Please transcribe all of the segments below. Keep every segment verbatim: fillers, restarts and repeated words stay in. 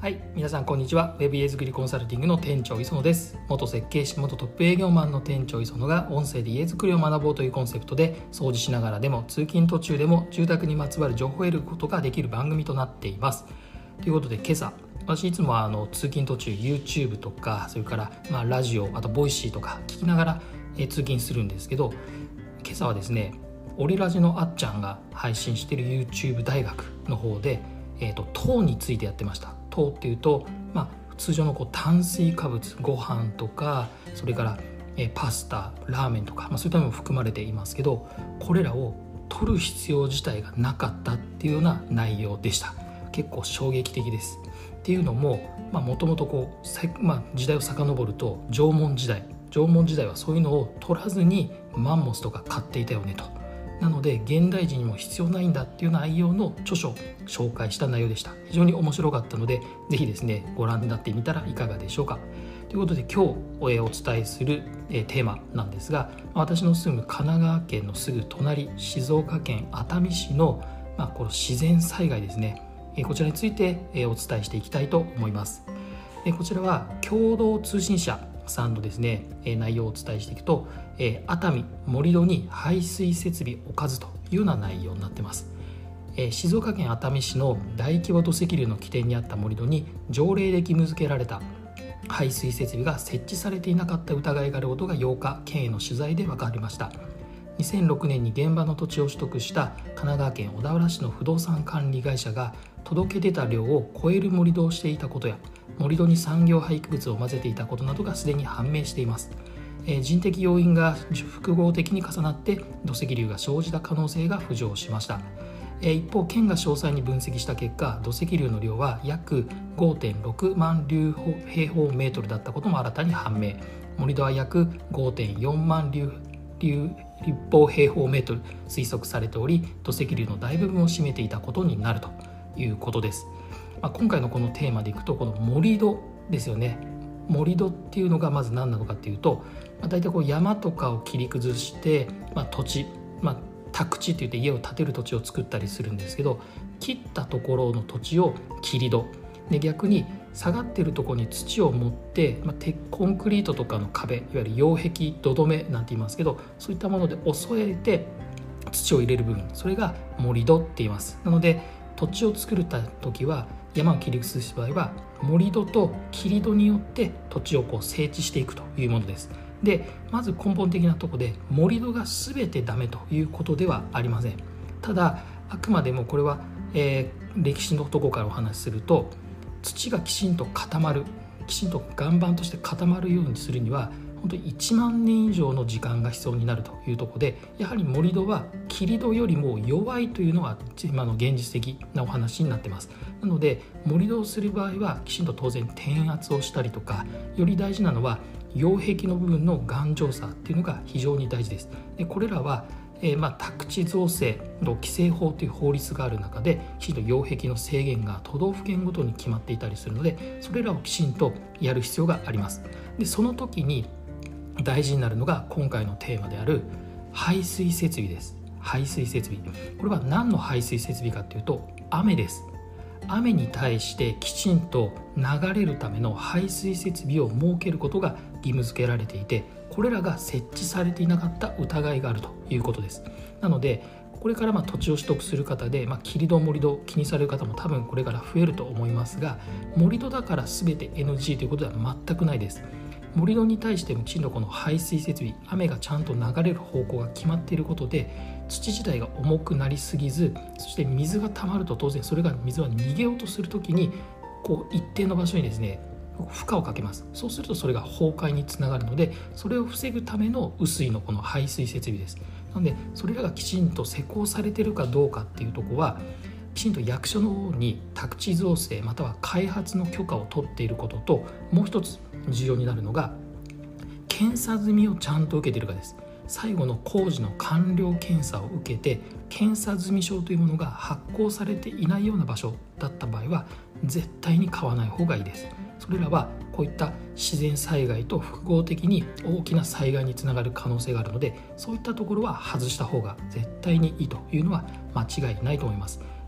はい、皆さんこんにちは。ウェブ家づくりコンサルティングの店長磯野です。元設計士、元トップ営業マンの店長磯野が音声で家づくりを学ぼうというコンセプトで、掃除しながらでも通勤途中でも住宅にまつわる情報を得ることができる番組となっています。ということで今朝、私いつもはあの通勤途中 YouTube とか、それからまあラジオ、あとボイシーとか聞きながらえ通勤するんですけど、今朝はですね、オリラジのあっちゃんが配信している YouTube 大学の方で、えーと、糖についてやってました。糖っていうと、まあ、通常のこう炭水化物、ご飯とか、それから、えー、パスタ、ラーメンとか、まあ、そういったものも含まれていますけど、これらを取る必要自体がなかったっていうような内容でした。結構衝撃的です。っていうのも、もともとこう、まあ、時代を遡ると縄文時代縄文時代はそういうのを取らずにマンモスとか買っていたよねと。なので現代人にも必要ないんだっていう内容の著書を紹介した内容でした。非常に面白かったので、ぜひですねご覧になってみたらいかがでしょうか。ということで今日お伝えするテーマなんですが、私の住む神奈川県のすぐ隣、静岡県熱海市の、まあ、この自然災害ですね、こちらについてお伝えしていきたいと思います。こちらは共同通信社さんのですね内容をお伝えしていくと、熱海盛り土に排水設備置かずというような内容になっています。静岡県熱海市の大規模土石流の起点にあった盛り土に条例で義務付けられた排水設備が設置されていなかった疑いがあることがようか、県への取材で分かりました。にせんろくねんに現場の土地を取得した神奈川県小田原市の不動産管理会社が届け出た量を超える盛り土をしていたことや、盛り土に産業廃棄物を混ぜていたことなどがすでに判明しています。えー、人的要因が複合的に重なって土石流が生じた可能性が浮上しました。えー、一方、県が詳細に分析した結果、土石流の量は約 ごてんろくまん立方メートルだったことも新たに判明。盛り土は約 ごてんよんまん立方平方メートル推測されており、土石流の大部分を占めていたことになるということです。まあ、今回のこのテーマでいくと、この盛り土ですよね。盛り土っていうのがまず何なのかっていうと、まあ、大体こう山とかを切り崩して、まあ、土地、まあ、宅地っていって家を建てる土地を作ったりするんですけど、切ったところの土地を切り土で、逆に下がっているところに土を持って、まあ、鉄コンクリートとかの壁、いわゆる擁壁土留めなんて言いますけど、そういったもので押えて土を入れる部分、それが盛り土って言います。なので土地を作った時は、山を切り崩す場合は盛り土と切り土によって土地をこう整地していくというものです。で、まず根本的なところで、盛り土が全てダメということではありません。ただあくまでもこれは、えー、歴史のところからお話しすると、土がきちんと固まる、きちんと岩盤として固まるようにするには本当にいちまんねん以上の時間が必要になるというところで、やはり盛り土は切り土よりも弱いというのが今の現実的なお話になっています。なので盛り土をする場合はきちんと当然転圧をしたりとか、より大事なのは擁壁の部分の頑丈さっていうのが非常に大事です。でこれらはえーまあ、宅地造成の規制法という法律がある中で、きちんと擁壁の制限が都道府県ごとに決まっていたりするので、それらをきちんとやる必要があります。でその時に大事になるのが今回のテーマである排水設備です。排水設備、これは何の排水設備かというと、雨です。雨に対してきちんと流れるための排水設備を設けることが義務付けられていて、これらが設置されていなかった疑いがあるということです。なのでこれからまあ土地を取得する方で、まあ、切り土盛り土気にされる方も多分これから増えると思いますが、盛り土だから全て エヌジー ということでは全くないです。盛り土に対してもきちんとこの排水設備、雨がちゃんと流れる方向が決まっていることで、土自体が重くなりすぎず、そして水が溜まると当然それが水は逃げようとするときにこう一定の場所にですね負荷をかけます。そうするとそれが崩壊につながるので、それを防ぐための雨水のこの排水設備です。なのでそれらがきちんと施工されているかどうかっていうところは、きちんと役所の方に宅地造成または開発の許可を取っていることと、もう一つ重要になるのが検査済みをちゃんと受けているかです。最後の工事の完了検査を受けて検査済証というものが発行されていないような場所だった場合は絶対に買わない方がいいです。それらはこういった自然災害と複合的に大きな災害につながる可能性があるので、そういったところは外した方が絶対にいいというのは間違いないと思います。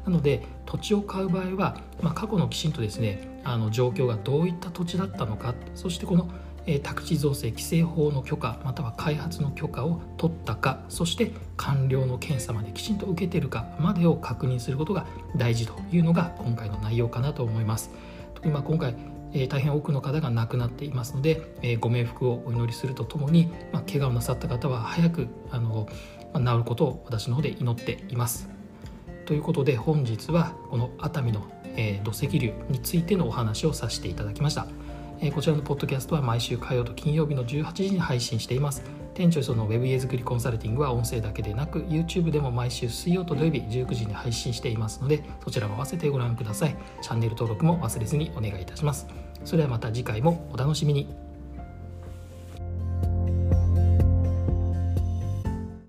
なので土地を買う場合は、まあ、過去のきちんとですねあの状況がどういった土地だったのか、そしてこのえー、宅地造成規制法の許可または開発の許可を取ったか、そして官僚の検査まできちんと受けているかまでを確認することが大事というのが今回の内容かなと思います。特にまあ今回、えー、大変多くの方が亡くなっていますので、えー、ご冥福をお祈りするとともに、まあ、怪我をなさった方は早くあの、まあ、治ることを私の方で祈っています。ということで本日はこの熱海の、えー、土石流についてのお話をさせていただきました。こちらのポッドキャストは毎週火曜と金曜日のじゅうはちじに配信しています。店長磯のウェブ家づくりコンサルティングは音声だけでなく YouTube でも毎週水曜と土曜日じゅうくじに配信していますので、そちらも合わせてご覧ください。チャンネル登録も忘れずにお願いいたします。それではまた次回もお楽しみに。